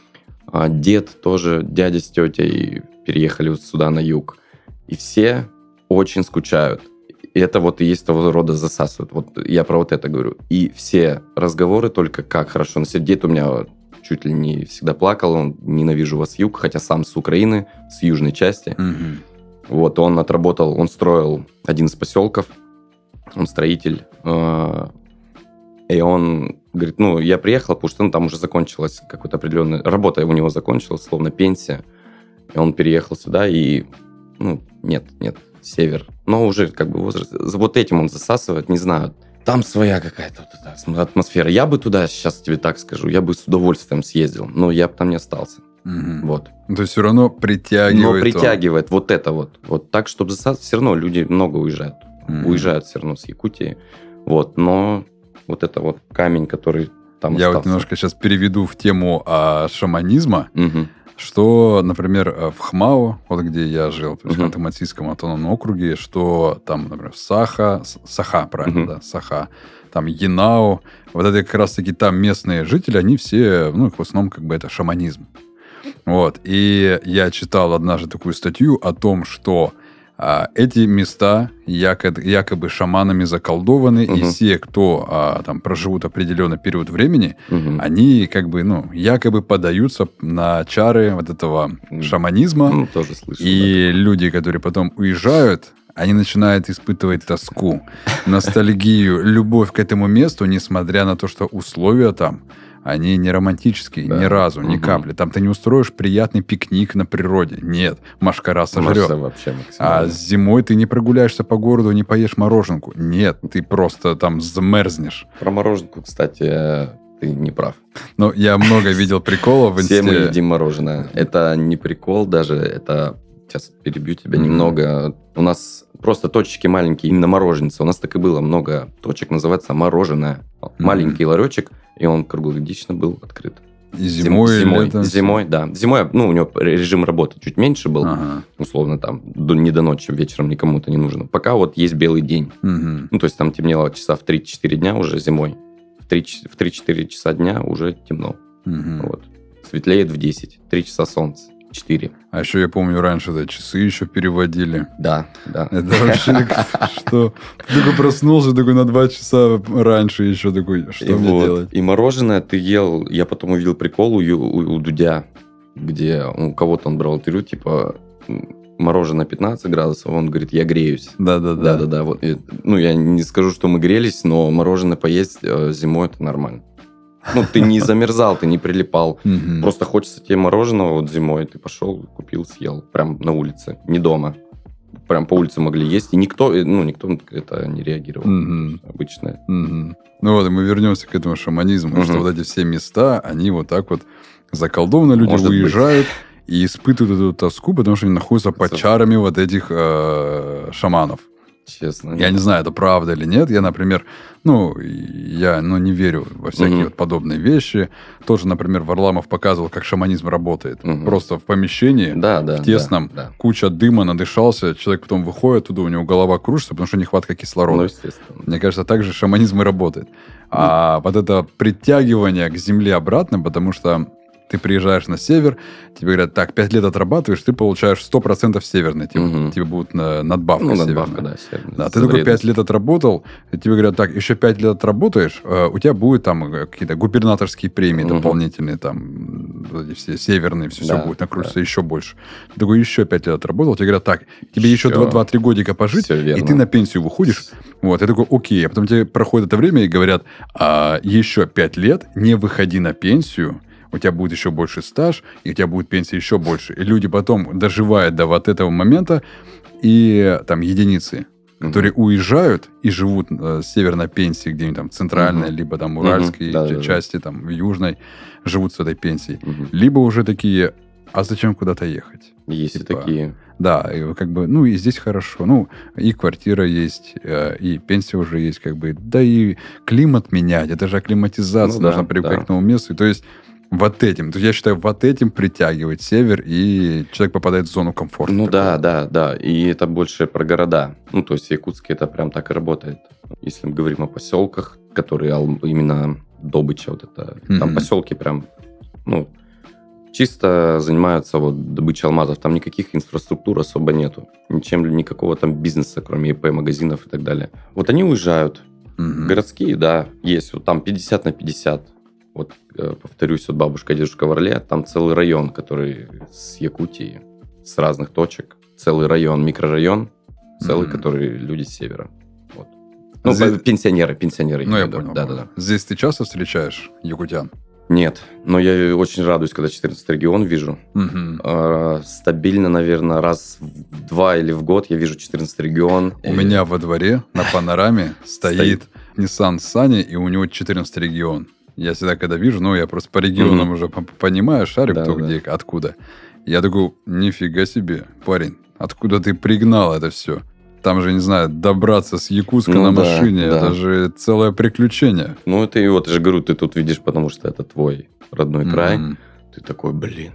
А дед тоже, дядя с тетей переехали вот сюда на юг. И все очень скучают. И это вот и есть того рода засасывают. Вот я про вот это говорю. И все разговоры только как хорошо. На себе дед у меня чуть ли не всегда плакал. Он ненавижу вас юг, хотя сам с Украины, с южной части. Мгм. Вот он отработал, он строил один из поселков. Он строитель. э, И он говорит, ну, я приехал, потому что ну, там уже закончилась какая-то определенная... Работа у него закончилась, словно пенсия. И он переехал сюда, и... Ну, нет, нет, север. Но уже как бы возраст... Вот этим он засасывает, не знаю. Там своя какая-то вот эта атмосфера. Я бы туда, сейчас тебе так скажу, я бы с удовольствием съездил, но я бы там не остался. Мгм. Вот. Ну, то есть все равно притягивает. Но он. притягивает вот это вот. Вот так, чтобы засасывать. Все равно люди много уезжают. Мгм. Уезжают все равно с Якутии. Вот, но вот это вот камень, который там Я вот остался. немножко сейчас переведу в тему а, шаманизма. Мгм. что, например, в Хмао, вот где я жил, то есть Мгм. в Ханты-Мансийском автономном округе, что там, например, Саха, С- Саха, правильно, Мгм. да, Саха, там Янао, вот это как раз-таки там местные жители, они все, ну, их в основном как бы это шаманизм. Вот, и я читал однажды такую статью о том, что а, эти места якобы, якобы шаманами заколдованы, и Мгм. все, кто а, там проживут определенный период времени, Мгм. они как бы, ну, якобы поддаются на чары вот этого М. шаманизма, Ну, тоже слышал. и люди, которые потом уезжают, они начинают испытывать тоску, ностальгию, любовь к этому месту, несмотря на то, что условия там, они не романтические, Да. ни разу, ни Мгм. капли. Там ты не устроишь приятный пикник на природе. Нет, машкара да. сожрет. Марса вообще А максимально. зимой ты не прогуляешься по городу, не поешь мороженку. Нет, ты просто там замерзнешь. Про мороженку, кстати, э, ты не прав. Но я много видел приколов в Все мы инсте. едим мороженое. Это не прикол даже, это... Сейчас перебью тебя Мгм. немного. У нас просто точечки маленькие, именно мороженцы. У нас так и было много точек, называется мороженое. Маленький ларечек, и он круглогодично был открыт. И зимой, и зимой, летом. зимой, да. Зимой, ну, у него режим работы чуть меньше был, Ага. условно, там, до, не до ночи, вечером никому это не нужно. Пока вот есть белый день. Мгм. Ну, то есть там темнело часа в три-четыре дня уже зимой. В три- в три-четыре часа дня уже темно. Мгм. Вот. Светлеет в десять. три часа солнца. четыре. А еще я помню, раньше да, часы еще переводили. Да, да. Это вообще как- что? Ты только проснулся такой на два часа раньше еще такой, что И мне вот. делать? И мороженое ты ел. Я потом увидел прикол у, Ю- у- у Дудя, где у кого-то он брал интервью, типа, м, мороженое пятнадцать градусов, он говорит, я греюсь. Да-да-да. Да-да-да. Вот. И, ну, я не скажу, что мы грелись, но мороженое поесть э, зимой это нормально. Ну, ты не замерзал, ты не прилипал. Мгм. Просто хочется тебе мороженого вот зимой. Ты пошел, купил, съел. Прям на улице, не дома. Прям по улице могли есть. И никто, э, ну, никто это не реагировал. Мгм. Обычное. Мгм. Ну вот, и мы вернемся к этому шаманизму, Мгм. что вот эти все места, они вот так вот заколдованы, люди Может быть. уезжают и испытывают эту тоску, потому что они находятся под Со- чарами вот этих э, шаманов. Честно. Я не знаю, это правда или нет. Я, например, ну, я ну, не верю во всякие Мгм. вот подобные вещи. Тоже, например, Варламов показывал, как шаманизм работает. Мгм. Просто в помещении, Да, да. в тесном, да, да. куча дыма, надышался, человек потом выходит туда, у него голова кружится, потому что нехватка кислорода. Ну, естественно. Мне кажется, так же шаманизм и работает. А вот это притягивание к земле обратно, потому что ты приезжаешь на север, тебе говорят, так, пять лет отрабатываешь, ты получаешь сто процентов северный. Тебе, Мгм. тебе будут на- надбавка Ну, северная. надбавка, да. северная, Да, за ты только пять вредность. лет отработал, и тебе говорят, так, еще пять лет отработаешь, э, у тебя будет там э, какие-то губернаторские премии Мгм. дополнительные, там, м, вот эти все северные, все, Да, все будет накрутиться еще больше. Ты такой еще пять лет отработал, тебе говорят, так, тебе еще Еще. два-три годика пожить, Всё и верно. ты на пенсию выходишь. Вот, я такой, окей. А потом тебе проходит это время и говорят, а, еще пять лет не выходи на пенсию, у тебя будет еще больше стаж, и у тебя будет пенсия еще больше. И люди потом доживают до вот этого момента, и там единицы, которые уезжают и живут э, с северной пенсии, где-нибудь там в центральной, Мгм. либо там Мгм. уральской Да-да-да. части, там в южной, живут с этой пенсией. Мгм. Либо уже такие, а зачем куда-то ехать? Есть и Типа, такие. Да, и как бы, ну, и здесь хорошо. Ну, и квартира есть, э, и пенсия уже есть, как бы. Да и климат менять, это же акклиматизация, Ну да, должна привыкать да. к новому месту. И то есть вот этим, то есть я считаю, вот этим притягивает север, и человек попадает в зону комфорта. Ну такую. да, да, да. И это больше про города. Ну, то есть в Якутске это прям так и работает. Если мы говорим о поселках, которые ал- именно добыча вот это. Там Мгм. поселки прям, ну, чисто занимаются вот добычей алмазов. Там никаких инфраструктур особо нету. Ничем, никакого там бизнеса, кроме ИП, магазинов и так далее. Вот они уезжают. Мгм. Городские, да, есть. Вот там пятьдесят на пятьдесят. Вот, э, повторюсь, вот бабушка, дедушка в Орле, там целый район, который с Якутии, с разных точек. Целый район, микрорайон, целый, Мгм. который люди с севера. Вот. Ну, Здесь- пенсионеры, пенсионеры. Ну, я имею в виду. понял. Да, понял. да, да. Здесь ты часто встречаешь якутян? Нет, но я очень радуюсь, когда четырнадцатый регион вижу. Мгм. Э, Стабильно, наверное, раз в два или в год я вижу четырнадцатый регион. У И- меня во дворе на панораме стоит Nissan Sunny, и у него четырнадцатый регион. Я всегда, когда вижу, ну, я просто по регионам Мгм. уже по- понимаю, шарю, Да, кто да. где, откуда. Я такой, нифига себе, парень, откуда ты пригнал это все? Там же, не знаю, добраться с Якутска Ну на да, машине, да. это же целое приключение. Ну, это и вот, я же говорю, ты тут видишь, потому что это твой родной край. М. Ты такой, блин,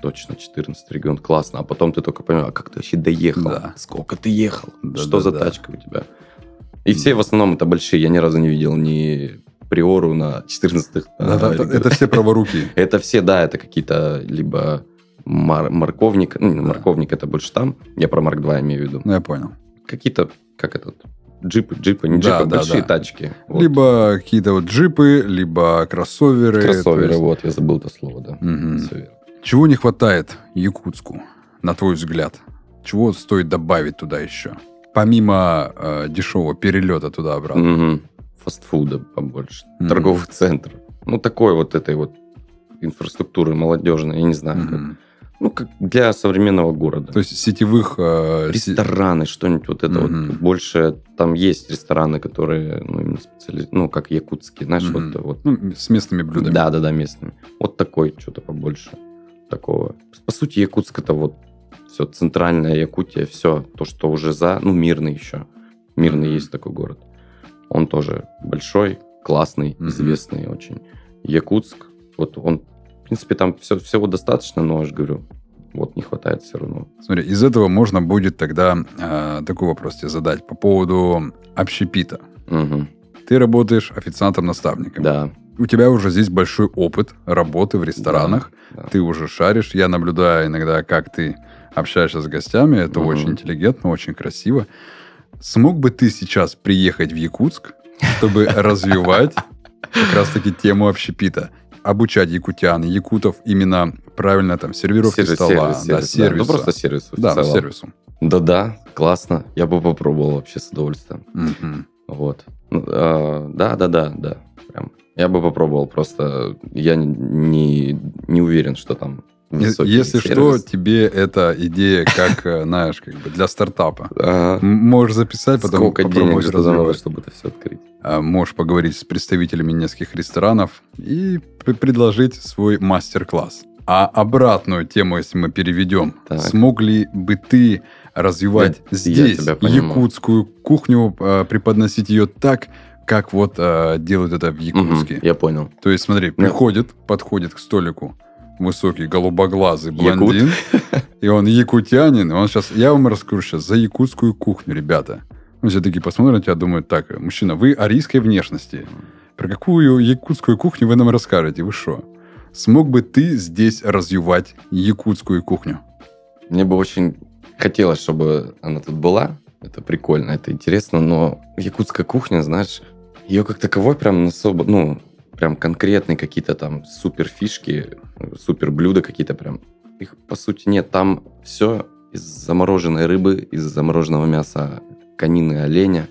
точно, четырнадцатый регион, классно. А потом ты только понимаешь, а как ты вообще доехал? Да. Сколько ты ехал? Да, что да, за да. тачка у тебя? И Да. все в основном это большие. Я ни разу не видел ни Приору на четырнадцатых. Да, да, это все праворуки. Это все, да, это какие-то либо мар- морковник. Ну, Да. морковник это больше там. Я про Марк два имею в виду. Ну, я понял. Какие-то, как этот, джипы, джипы, не Да, джипы, да, большие да. тачки. Вот. Либо какие-то вот джипы, либо кроссоверы. Кроссоверы, то есть- вот, я забыл это слово, да. Мгм. Всё верно. Чего не хватает Якутску, на твой взгляд? Чего стоит добавить туда еще? Помимо э, дешевого перелета туда-обратно. Мгм. Фастфуда побольше, Мгм. торговых центров. Ну, такой вот этой вот инфраструктуры молодежной, я не знаю. как. Мгм. Ну, как для современного города. То есть сетевых... э, се- Рестораны, что-нибудь вот это Мгм. вот. Больше там есть рестораны, которые, ну, именно специали... ну как якутские, знаешь, Мгм. вот, вот. Ну, с местными блюдами. Да, да, да, местными. Вот такой, что-то побольше такого. По сути, Якутск это вот все центральная Якутия, все то, что уже за, ну, Мирный еще. Мирный Мгм. есть такой город. Он тоже большой, классный, Мгм. известный очень. Якутск, вот он, в принципе, там все, всего достаточно, но, я же говорю, вот не хватает все равно. Смотри, из этого можно будет тогда э, такой вопрос тебе задать по поводу общепита. Мгм. Ты работаешь официантом-наставником. Да. У тебя уже здесь большой опыт работы в ресторанах. Да. Ты уже шаришь. Я наблюдаю иногда, как ты общаешься с гостями. Это Мгм. очень интеллигентно, очень красиво. Смог бы ты сейчас приехать в Якутск, чтобы развивать как раз-таки тему общепита? Обучать якутян, якутов именно правильно там сервировке Сервис, стола, сервис, да, сервис, да. сервису. Ну, просто сервис. в Да, ну, целом. сервису. Да-да, классно. Я бы попробовал вообще с удовольствием. Мгм. Вот. Ну, а, Да, да, да, да. Прям. Я бы попробовал, просто я не, не уверен, что там Е- высокий Если что, сервис. тебе эта идея как, э, знаешь, как бы для стартапа. Ага. М- Можешь записать, потом Сколько денег попробовать же туда надо, развивать. чтобы это все открыть? А, Можешь поговорить с представителями нескольких ресторанов и п- предложить свой мастер-класс. А обратную тему, если мы переведем, Так. смог ли бы ты развивать Я- я здесь тебя понимаю. якутскую кухню, э, преподносить ее так, как вот э, делают это в Якутске? Мгм, я понял. То есть, смотри, приходит, подходит к столику высокий голубоглазый Якут. блондин, и он якутянин, и он сейчас, я вам расскажу сейчас за якутскую кухню, ребята. Ну, все такие посмотрят на тебя, думают, так, мужчина, вы арийской внешности. Про какую якутскую кухню вы нам расскажете? Вы что? Смог бы ты здесь развивать якутскую кухню? Мне бы очень хотелось, чтобы она тут была. Это прикольно, это интересно, но якутская кухня, знаешь, ее как таковой прям особо, ну, прям конкретные какие-то там супер фишки, супер блюда какие-то прям. Их, по сути, нет. Там все из замороженной рыбы, из замороженного мяса конины, оленя.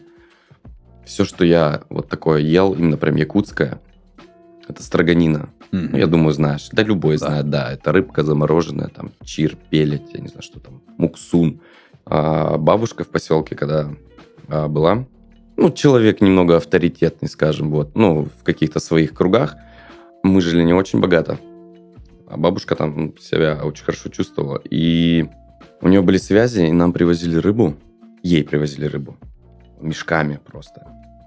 Все, что я вот такое ел, именно прям якутское, это строганина. Ну, я думаю, знаешь. Да, любой Да. знает, да. Это рыбка замороженная, там, чир, пелеть, я не знаю, что там, муксун. А бабушка в поселке, когда а, была, ну, человек немного авторитетный, скажем, вот, ну, в каких-то своих кругах. Мы жили не очень богато. А бабушка там себя очень хорошо чувствовала. И у нее были связи, и нам привозили рыбу. Ей привозили рыбу. Мешками просто.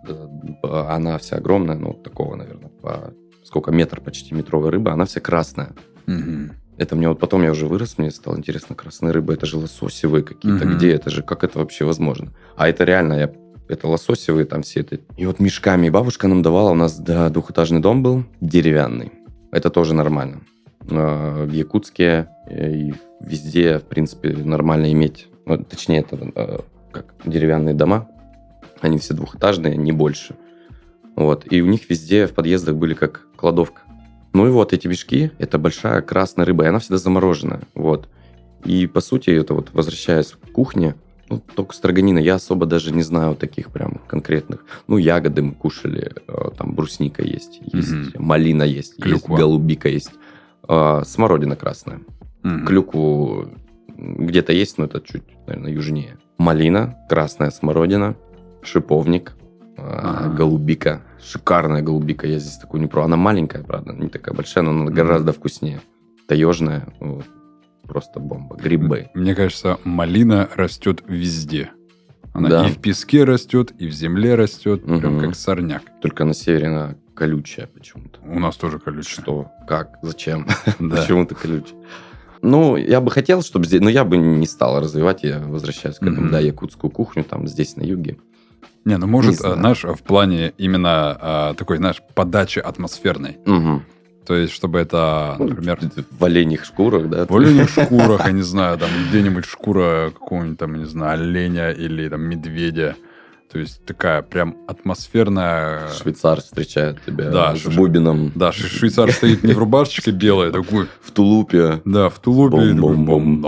Да, она вся огромная, ну, такого, наверное, по... Сколько? Метр почти метровая рыба. Она вся красная. Мгм. Это мне вот потом, я уже вырос, мне стало интересно, красная рыба, это же лососевые какие-то. Мгм. Где это же? Как это вообще возможно? А это реально, я... это лососевые там все это. И вот мешками бабушка нам давала. У нас, да, двухэтажный дом был, деревянный. Это тоже нормально. А, В Якутске и везде, в принципе, нормально иметь, ну, точнее, это а, как деревянные дома. Они все двухэтажные, не больше. Вот. И у них везде в подъездах были как кладовка. Ну и вот эти мешки, это большая красная рыба, и она всегда замороженная. Вот. И по сути, это вот, возвращаясь к кухне, ну, только строганина, я особо даже не знаю таких прям конкретных. Ну, ягоды мы кушали, э, там брусника есть, есть Мгм. малина есть, Клюква. есть голубика есть, э, смородина красная. Мгм. Клюкву где-то есть, но это чуть, наверное, южнее. Малина, красная смородина, шиповник, э, Ага. голубика. Шикарная голубика, я здесь такую не пробовал. Она маленькая, правда, не такая большая, но она Мгм. гораздо вкуснее. Таежная, ну, просто бомба. Грибы. Мне кажется, малина растет везде. Она Да. и в песке растет, и в земле растет, прям Мгм. как сорняк. Только на севере она колючая почему-то. У нас тоже колючая. Что? Как? Зачем? Да. Почему ты колючая? Ну, я бы хотел, чтобы здесь... Но я бы не стал развивать, я возвращаюсь к этому, Мгм. да, якутскую кухню, там, здесь, на юге. Не, ну может, Не знаю. а, знаешь, в плане именно а, такой, знаешь, подачи атмосферной. Угу. То есть, чтобы это, например, В оленьих шкурах, да? в оленях шкурах, я не знаю, там где-нибудь шкура какого-нибудь там, не знаю, оленя или там медведя. То есть такая прям атмосферная... Швейцар встречает тебя Да, с ш- бубином Да, ш- швейцар стоит не в рубашечке белой, такой, в тулупе. да, в тулупе. и такой Бум-бум-бум.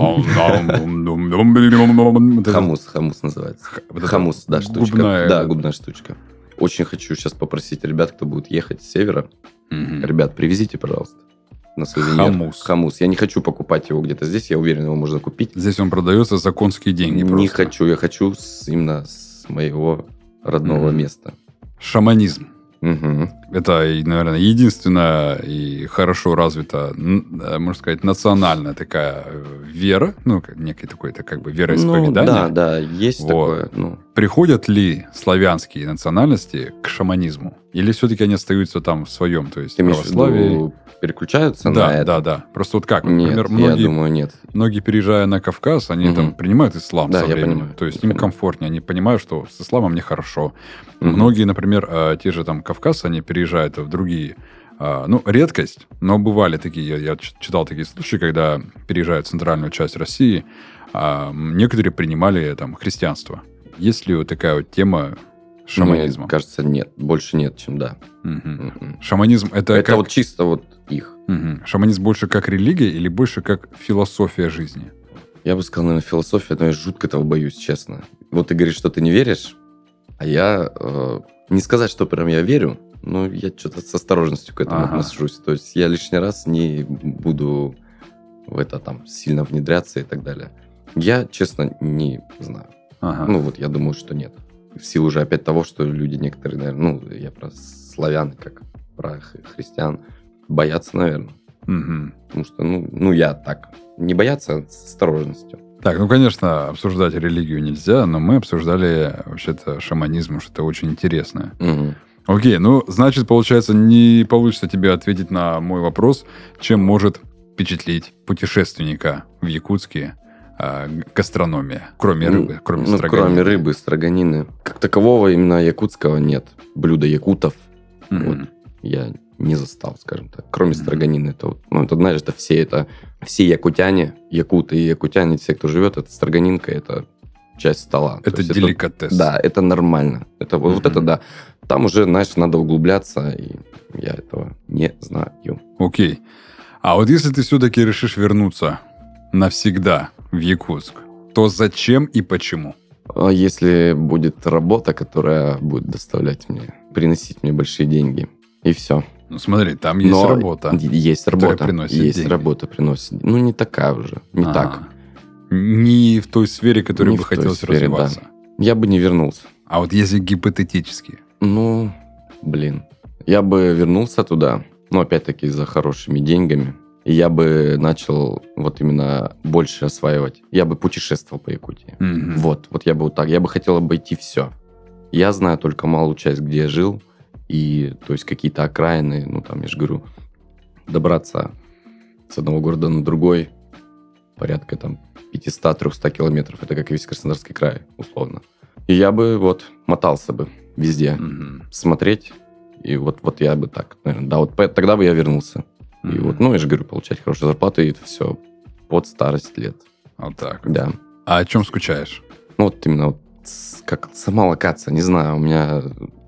бум-бум-бум-бум-бум-бум. Вот это Хамус, хамус называется. х- вот это Хамус, да, штучка. губная, Да, да. губная штучка. Очень хочу сейчас попросить ребят, кто будет ехать с севера. Мгм. Ребят, привезите, пожалуйста, на сувенир. Хамус. Хамус. Я не хочу покупать его где-то здесь, я уверен, его можно купить. Здесь он продается за конские деньги Не просто. хочу, я хочу с- именно с моего родного Мгм. места. Шаманизм. Мгм. Это, и, наверное, единственная и хорошо развита, н- э, можно сказать, национальная такая э, вера, ну, как- некий такой, это как бы Ну, вероисповедание. да, да, есть Вот. такое. Ну, Приходят ли славянские национальности к шаманизму? Или все-таки они остаются там в своем, то есть ты имеешь в православии? виду, переключаются Да, на это? да, да. Просто вот как, Нет, например, я многие, думаю, нет. многие, переезжая на Кавказ, они Мгм. там принимают ислам Да, со я временем. понимаю, То есть я им понимаю. комфортнее, они понимают, что с исламом нехорошо. Мгм. Многие, например, э, те же там Кавказ, они переезжают в другие, а, ну, редкость, но бывали такие, я, я ч- читал такие случаи, когда переезжают в центральную часть России, а, м, некоторые принимали там христианство. Есть ли вот такая вот тема шаманизма? Мне кажется, нет. Больше нет, чем да. Мгм. Мгм. Шаманизм это, Это как... вот чисто вот их. Мгм. Шаманизм больше как религия или больше как философия жизни? Я бы сказал, наверное, философия, но я жутко этого боюсь, честно. Вот ты говоришь, что ты не веришь, а я... э, не сказать, что прям я верю, но я что-то с осторожностью к этому Ага. отношусь. То есть я лишний раз не буду в это там сильно внедряться и так далее. Я, честно, не знаю. Ага. Ну, вот я думаю, что нет. В силу уже опять того, что люди некоторые, наверное, ну, я про славян, как про х- христиан, боятся, наверное. Мгм. Потому что, ну, ну, я так. Не бояться, а с осторожностью. Так, ну, конечно, обсуждать религию нельзя, но мы обсуждали вообще-то шаманизм, что это очень интересное. Мгм. Окей, ну, значит, получается, не получится тебе ответить на мой вопрос, чем может впечатлить путешественника в Якутске а, г- гастрономия, кроме рыбы, кроме ну, строганины. кроме рыбы, строганины. Как такового именно якутского нет. Блюда якутов Мгм. вот, я не застал, скажем так. Кроме Мгм. строганины. Это, вот, ну, это, знаешь, это все, это все якутяне, якуты и якутяне, все, кто живет, это строганинка, это часть стола. То Это есть деликатес. Да, это нормально. Это, вот- вот Мгм. это да. Там уже, знаешь, надо углубляться, и я этого не знаю. Окей. А вот если ты все-таки решишь вернуться навсегда в Якутск, то зачем и почему? А если будет работа, которая будет доставлять мне, приносить мне большие деньги, и все. Ну, смотри, там есть Но работа. Есть которая работа. приносит Есть деньги. работа, приносит. Ну, не такая уже. Не Ага. так. Не в той сфере, которой Не бы в той хотелось сфере, да. развиваться. Я бы не вернулся. А вот если гипотетически. Ну, блин. Я бы вернулся туда, но опять-таки за хорошими деньгами. И я бы начал вот именно больше осваивать. Я бы путешествовал по Якутии. Мгм. Вот, вот я бы вот так. Я бы хотел обойти все. Я знаю только малую часть, где я жил. И, то есть, какие-то окраины, ну, там, я же говорю, добраться с одного города на другой порядка, там, пятьсот-триста километров. Это как и весь Краснодарский край, условно. И я бы, вот, мотался бы везде. Мгм. Смотреть. И вот, вот я бы так, наверное, да, вот по- тогда бы я вернулся. И Мгм. вот, ну, я же говорю, получать хорошую зарплату, и это все под старость лет. Вот так. Да. А о чем скучаешь? Ну, вот именно вот с- как сама локация, не знаю, у меня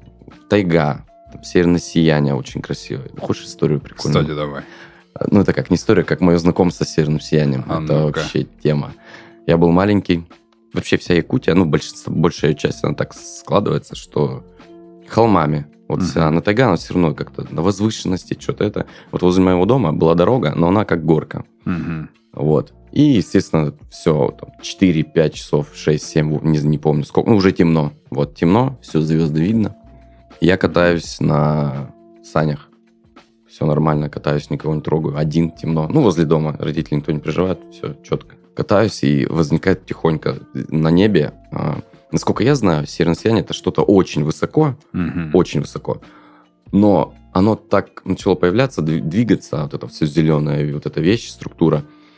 тайга, там, северное сияние очень красивое. Хочешь историю прикольную? Кстати, давай. Ну, это как не история, как мое знакомство с северным сиянием. А это ну-ка. вообще тема. Я был маленький. Вообще вся Якутия, ну, большинство, большая часть, она так складывается, что холмами. Вот Мгм. вся она тайга, она все равно как-то на возвышенности, что-то это. Вот возле моего дома была дорога, но она как горка. Мгм. Вот. И, естественно, все, четыре-пять часов, шесть-семь, не, не помню сколько, ну, уже темно. Вот, темно, все звезды видно. Я катаюсь на санях. Все нормально, катаюсь, никого не трогаю. Один, темно. Ну, возле дома. Родители никто не переживает, все четко. Катаюсь, и возникает тихонько на небе. а, насколько я знаю, северное сияние – это что-то очень высоко, Мгм. очень высоко. Но оно так начало появляться, дви- двигаться, вот это все зеленое, и вот эта вещь, структура.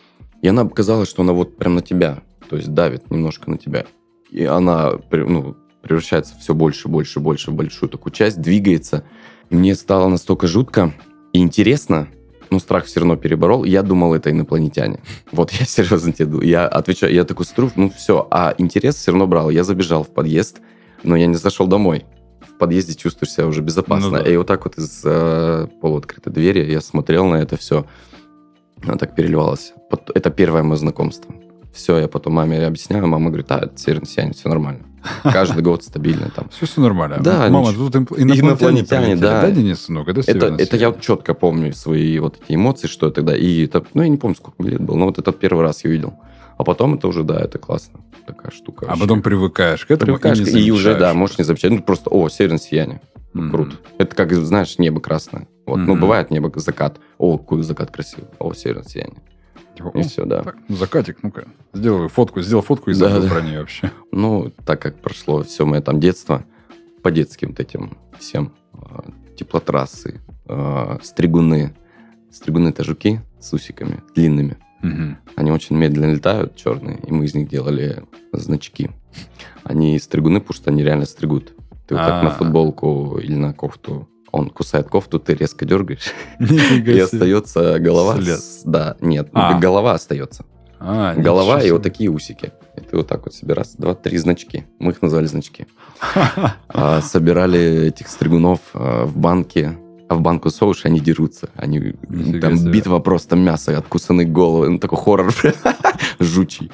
И она казалось, что она вот прям на тебя, то есть давит немножко на тебя. И она, ну, превращается все больше, больше, больше в большую такую часть, двигается. И мне стало настолько жутко и интересно, но страх все равно переборол. Я думал, это инопланетяне. Вот я серьезно тебе думаю. Я отвечаю, я такой стру, ну все. А интерес все равно брал. Я забежал в подъезд, но я не зашел домой. В подъезде чувствуешь себя уже безопасно. Ну, да. И вот так вот из э, полуоткрытой двери я смотрел на это все. Она так переливалась. Это первое мое знакомство. Все, я потом маме объясняю. Мама говорит, а, это северное сияние, все нормально. Каждый год стабильно там. Все, все нормально. Да, мама, ничего. Тут инопланетяне, инопланетяне да. Да, Денис, сынок, это это, это я четко помню свои вот эти эмоции, что тогда. И это, ну, я не помню, сколько мне лет было, но вот этот первый раз я видел. А потом это уже, да, это классно. Такая штука. А вообще. Потом привыкаешь к этому привыкаешь, и не и уже, да, можешь не замечать. Ну, просто, о, северное сияние. Mm-hmm. Круто. Это как, знаешь, небо красное. Вот, mm-hmm. Ну, бывает небо, закат. О, какой закат красивый. О, северное сияние. Типа, и все, да. Так, ну, закатик, ну-ка, сделай фотку, сделал фотку и забыл да, про да. нее вообще. Ну, так как прошло все мое там детство, по детским вот этим всем, теплотрассы, стригуны. Стригуны это жуки с усиками длинными. Угу. Они очень медленно летают, черные, и мы из них делали значки. Они стригуны, потому что они реально стригут. Ты вот так на футболку или на кофту, он кусает кофту, ты резко дергаешь, и остается голова. Да, нет, голова остается. Голова и вот такие усики. И ты вот так вот себе раз, два, три значки. Мы их назвали значки. Собирали этих стригунов в банке. А в банку соуш они дерутся. Они, там себе. Битва просто мясо, откусанные головы. Ну, такой хоррор жучий.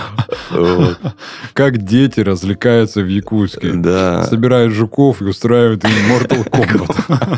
Как дети развлекаются в Якутске. Да. Собирают жуков и устраивают им Mortal Kombat.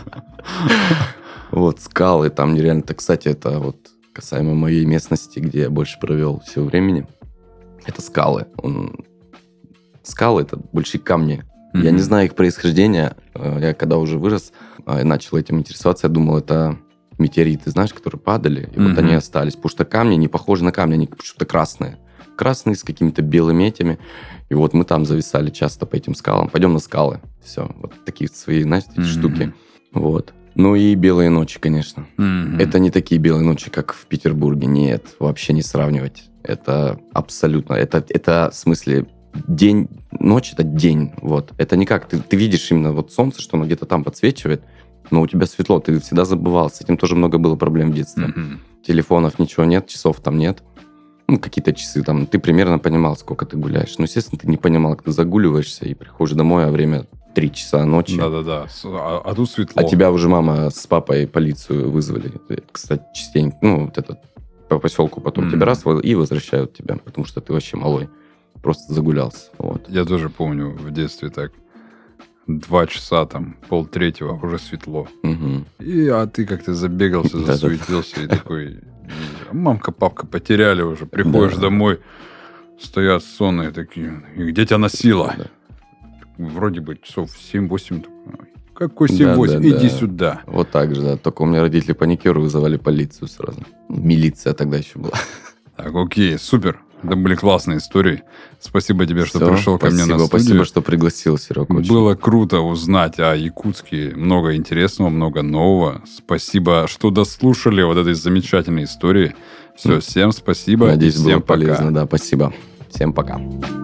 Вот, скалы там нереально. Кстати, это вот касаемо моей местности, где я больше провел всего времени. Это скалы. Скалы — это большие камни. Mm-hmm. Я не знаю их происхождения. Я когда уже вырос, начал этим интересоваться, я думал, это метеориты, знаешь, которые падали, и mm-hmm. вот они остались. Потому что камни не похожи на камни, они почему-то красные. Красные с какими-то белыми этими. И вот мы там зависали часто по этим скалам. Пойдем на скалы. Все, вот такие свои, знаете, mm-hmm. штуки. Вот. Ну и белые ночи, конечно. Mm-hmm. Это не такие белые ночи, как в Петербурге. Нет, вообще не сравнивать. Это абсолютно... Это, это в смысле... День, ночь — это день, вот. Это не как, ты, ты видишь именно вот солнце, что оно где-то там подсвечивает, но у тебя светло, ты всегда забывал. С этим тоже много было проблем в детстве. Mm-hmm. Телефонов ничего нет, часов там нет. Ну, какие-то часы там. Ты примерно понимал, сколько ты гуляешь. Но, естественно, ты не понимал, как ты загуливаешься и приходишь домой, а время три часа ночи. Да-да-да, а, а тут светло. А тебя уже мама с папой полицию вызвали. Кстати, частенько, ну, вот этот, по поселку потом mm-hmm. тебя раз и возвращают тебя, потому что ты вообще малой. Просто загулялся. Вот. Я тоже помню в детстве так. Два часа, там, полтретьего, уже светло. Угу. И, а ты как-то забегался, засуетился и такой... Мамка, папка потеряли уже. Приходишь домой, стоят сонные такие. И где тебя носило? Вроде бы часов семь-восемь. Какой семь-восемь? Иди сюда. Вот так же, да. Только у меня родители паникеры вызывали полицию сразу. Милиция тогда еще была. Так, окей, супер. Это были классные истории. Спасибо тебе, что Все, пришел ко мне на студию. Спасибо, что пригласил, Серег. Было круто узнать о Якутске. Много интересного, много нового. Спасибо, что дослушали вот этой замечательной истории. Все, всем спасибо. Надеюсь, всем было полезно. Да, спасибо. Всем пока.